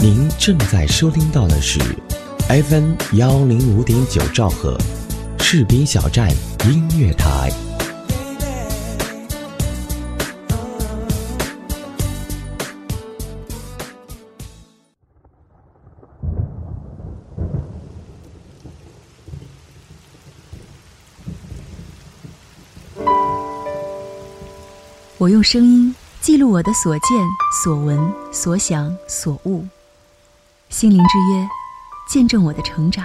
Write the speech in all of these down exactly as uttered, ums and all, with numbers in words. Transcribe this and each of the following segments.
您正在收听到的是 F M 幺零五点九兆赫，士兵小站音乐台。 我用声音记录我的所见所闻所想所悟，心灵之约，见证我的成长。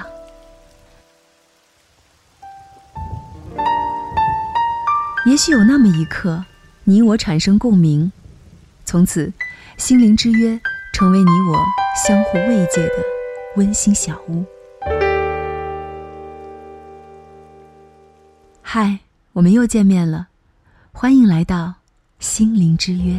也许有那么一刻，你我产生共鸣，从此心灵之约成为你我相互慰藉的温馨小屋。嗨，我们又见面了，欢迎来到心灵之约。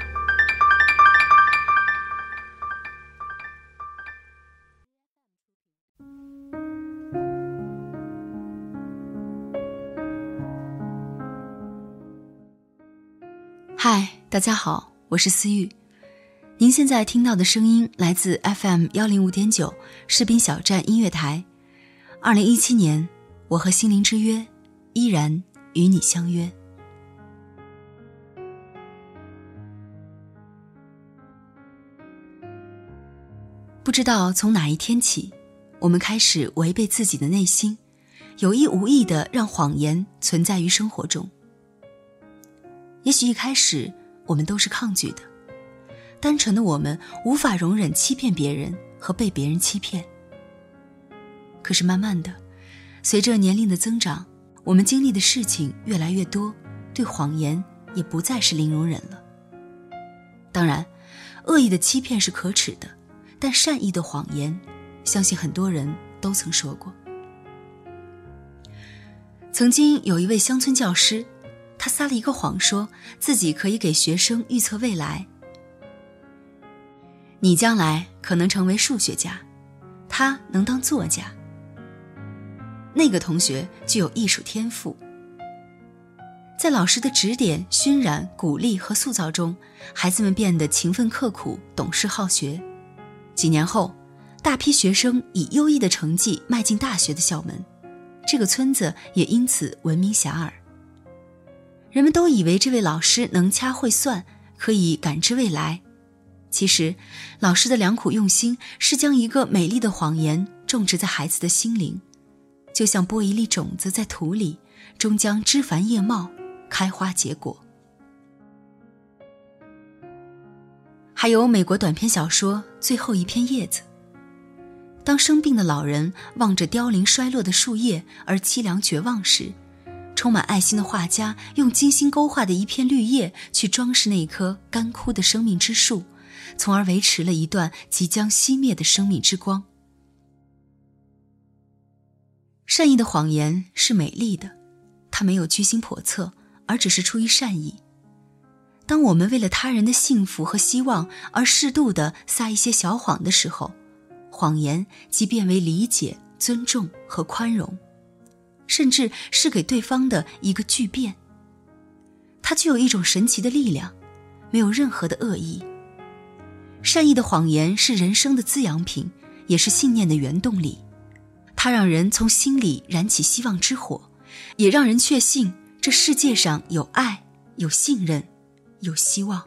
嗨，大家好，我是思玉。您现在听到的声音来自 F M 幺零五点九士兵小站音乐台。二零一七年，我和心灵之约依然与你相约。不知道从哪一天起，我们开始违背自己的内心，有意无意地让谎言存在于生活中。也许一开始我们都是抗拒的，单纯的我们无法容忍欺骗别人和被别人欺骗。可是慢慢的，随着年龄的增长，我们经历的事情越来越多，对谎言也不再是零容忍了。当然，恶意的欺骗是可耻的，但善意的谎言，相信很多人都曾说过。曾经有一位乡村教师，他撒了一个谎，说自己可以给学生预测未来。你将来可能成为数学家，他能当作家。那个同学具有艺术天赋。在老师的指点、熏染、鼓励和塑造中，孩子们变得勤奋刻苦、懂事好学。几年后，大批学生以优异的成绩迈进大学的校门，这个村子也因此闻名遐迩。人们都以为这位老师能掐会算，可以感知未来。其实，老师的良苦用心是将一个美丽的谎言种植在孩子的心灵，就像播一粒种子在土里，终将枝繁叶茂，开花结果。还有美国短篇小说《最后一片叶子》，当生病的老人望着凋零衰落的树叶而凄凉绝望时，充满爱心的画家用精心勾画的一片绿叶去装饰那棵干枯的生命之树，从而维持了一段即将熄灭的生命之光。善意的谎言是美丽的，它没有居心叵测，而只是出于善意。当我们为了他人的幸福和希望而适度地撒一些小谎的时候，谎言即变为理解、尊重和宽容，甚至是给对方的一个巨变。它具有一种神奇的力量，没有任何的恶意。善意的谎言是人生的滋养品，也是信念的原动力。它让人从心里燃起希望之火，也让人确信这世界上有爱、有信任、有希望。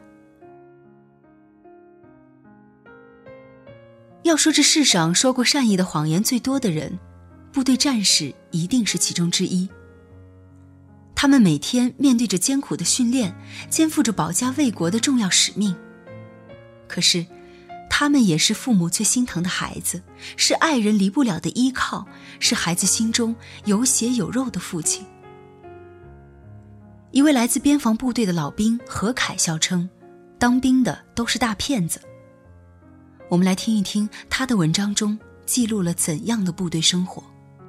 要说这世上说过善意的谎言最多的人，部队战士一定是其中之一。他们每天面对着艰苦的训练，肩负着保家卫国的重要使命。可是他们也是父母最心疼的孩子，是爱人离不了的依靠，是孩子心中有血有肉的父亲。一位来自边防部队的老兵何凯笑称，当兵的都是大骗子。我们来听一听他的文章中记录了怎样的部队生活。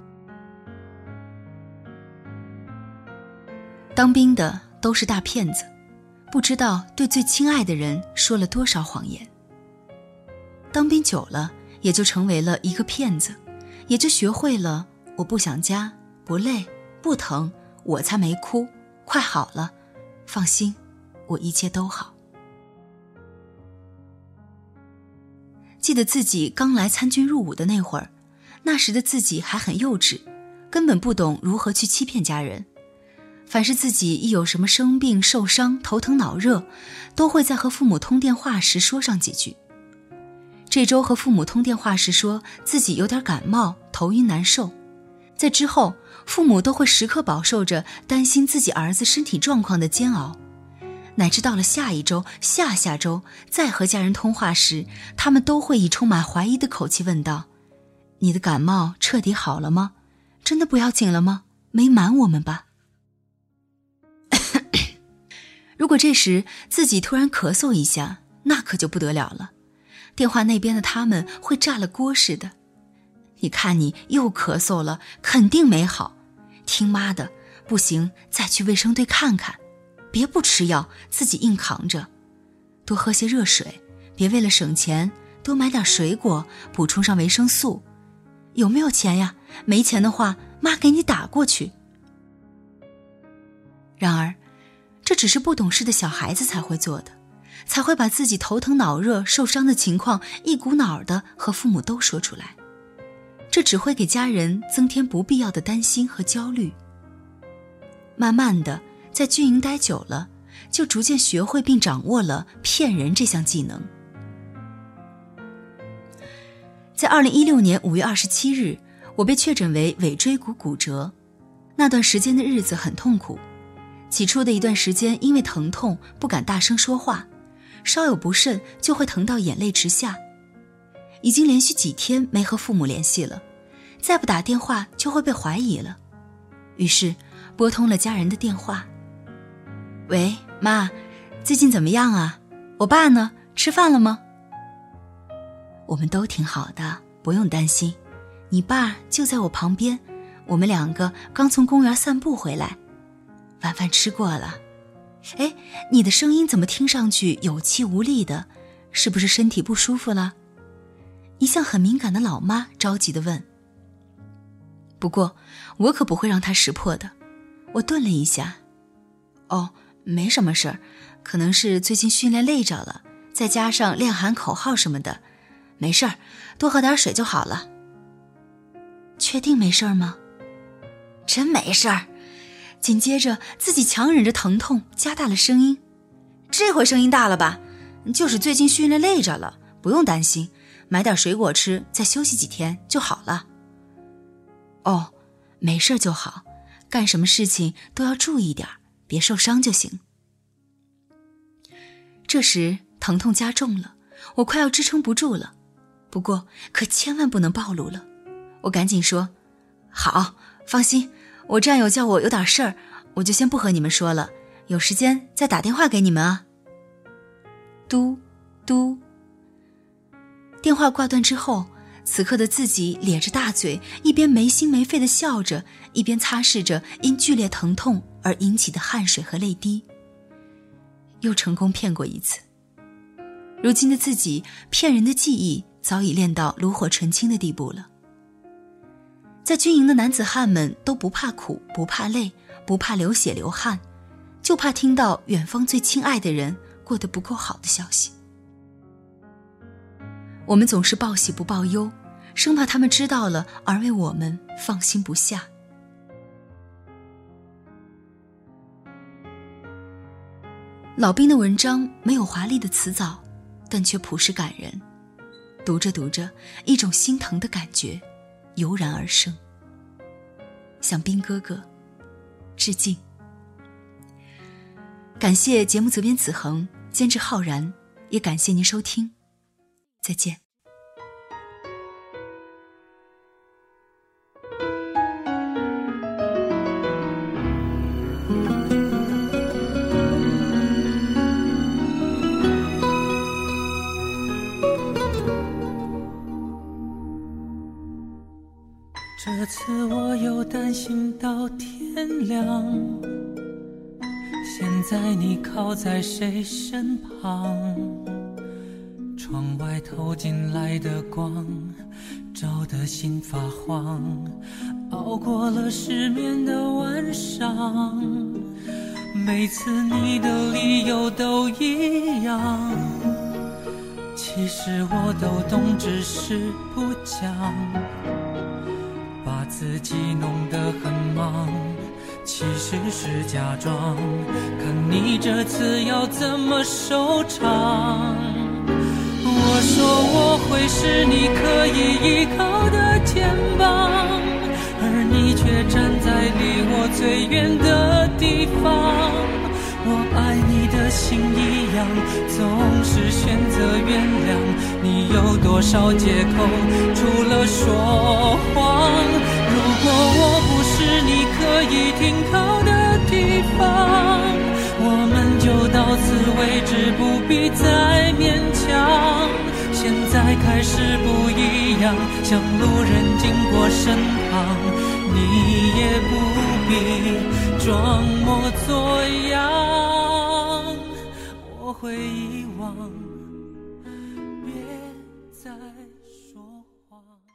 当兵的都是大骗子，不知道对最亲爱的人说了多少谎言。当兵久了，也就成为了一个骗子，也就学会了我不想家，不累，不疼，我才没哭，快好了，放心，我一切都好。 记得自己刚来参军入伍的那会儿，那时的自己还很幼稚，根本不懂如何去欺骗家人。凡是自己一有什么生病、受伤、头疼脑热，都会在和父母通电话时说上几句。这周和父母通电话时说自己有点感冒，头晕难受。在之后，父母都会时刻饱受着担心自己儿子身体状况的煎熬，乃至到了下一周、下下周再和家人通话时，他们都会以充满怀疑的口气问道：你的感冒彻底好了吗？真的不要紧了吗？没瞒我们吧？如果这时自己突然咳嗽一下，那可就不得了了，电话那边的他们会炸了锅似的。你看你又咳嗽了，肯定没好，听妈的，不行再去卫生队看看，别不吃药自己硬扛着，多喝些热水，别为了省钱多买点水果，补充上维生素。有没有钱呀？没钱的话妈给你打过去。然而这只是不懂事的小孩子才会做的，才会把自己头疼脑热受伤的情况一股脑的和父母都说出来，这只会给家人增添不必要的担心和焦虑。慢慢的，在军营待久了，就逐渐学会并掌握了骗人这项技能。在二零一六年五月二十七日，我被确诊为尾椎骨骨折。那段时间的日子很痛苦，起初的一段时间因为疼痛不敢大声说话，稍有不慎就会疼到眼泪直下。已经连续几天没和父母联系了，再不打电话就会被怀疑了。于是拨通了家人的电话。喂，妈，最近怎么样啊？我爸呢？吃饭了吗？我们都挺好的，不用担心。你爸就在我旁边，我们两个刚从公园散步回来，晚饭吃过了。哎，你的声音怎么听上去有气无力的？是不是身体不舒服了？一向很敏感的老妈着急地问。不过我可不会让她识破的。我顿了一下，哦，没什么事儿，可能是最近训练累着了，再加上练喊口号什么的，没事儿，多喝点水就好了。确定没事儿吗？真没事儿。紧接着自己强忍着疼痛加大了声音，这回声音大了吧？就是最近训练累着了，不用担心，买点水果吃，再休息几天就好了。哦，没事就好，干什么事情都要注意点，别受伤就行。这时疼痛加重了，我快要支撑不住了，不过可千万不能暴露了。我赶紧说，好，放心，我战友叫我有点事儿，我就先不和你们说了，有时间再打电话给你们啊。嘟嘟，电话挂断之后，此刻的自己咧着大嘴，一边没心没肺地笑着，一边擦拭着因剧烈疼痛而引起的汗水和泪滴。又成功骗过一次。如今的自己骗人的技艺早已练到炉火纯青的地步了。在军营的男子汉们都不怕苦，不怕累，不怕流血流汗，就怕听到远方最亲爱的人过得不够好的消息。我们总是报喜不报忧，生怕他们知道了而为我们放心不下。老兵的文章没有华丽的辞藻，但却朴实感人。读着读着，一种心疼的感觉油然而生。向兵哥哥致敬。感谢节目责编子恒，监制浩然，也感谢您收听，再见。 这次我又担心到天亮，现在你靠在谁身旁？窗外透进来的光，照得心发慌，熬过了失眠的晚上。每次你的理由都一样， 其实我都懂，只是不讲，把自己弄得很忙，其实是假装，看你这次要怎么收场。我说我会是你可以依靠的肩膀，而你却站在离我最远的地方。我爱你的心一样，总是选择原谅。你有多少借口，除了说谎？如果我不是你可以停靠的地方，我们就到此为止，不必再勉强。现在开始不一样，像路人经过身旁，你也不必装模作样，我会遗忘，别再说谎。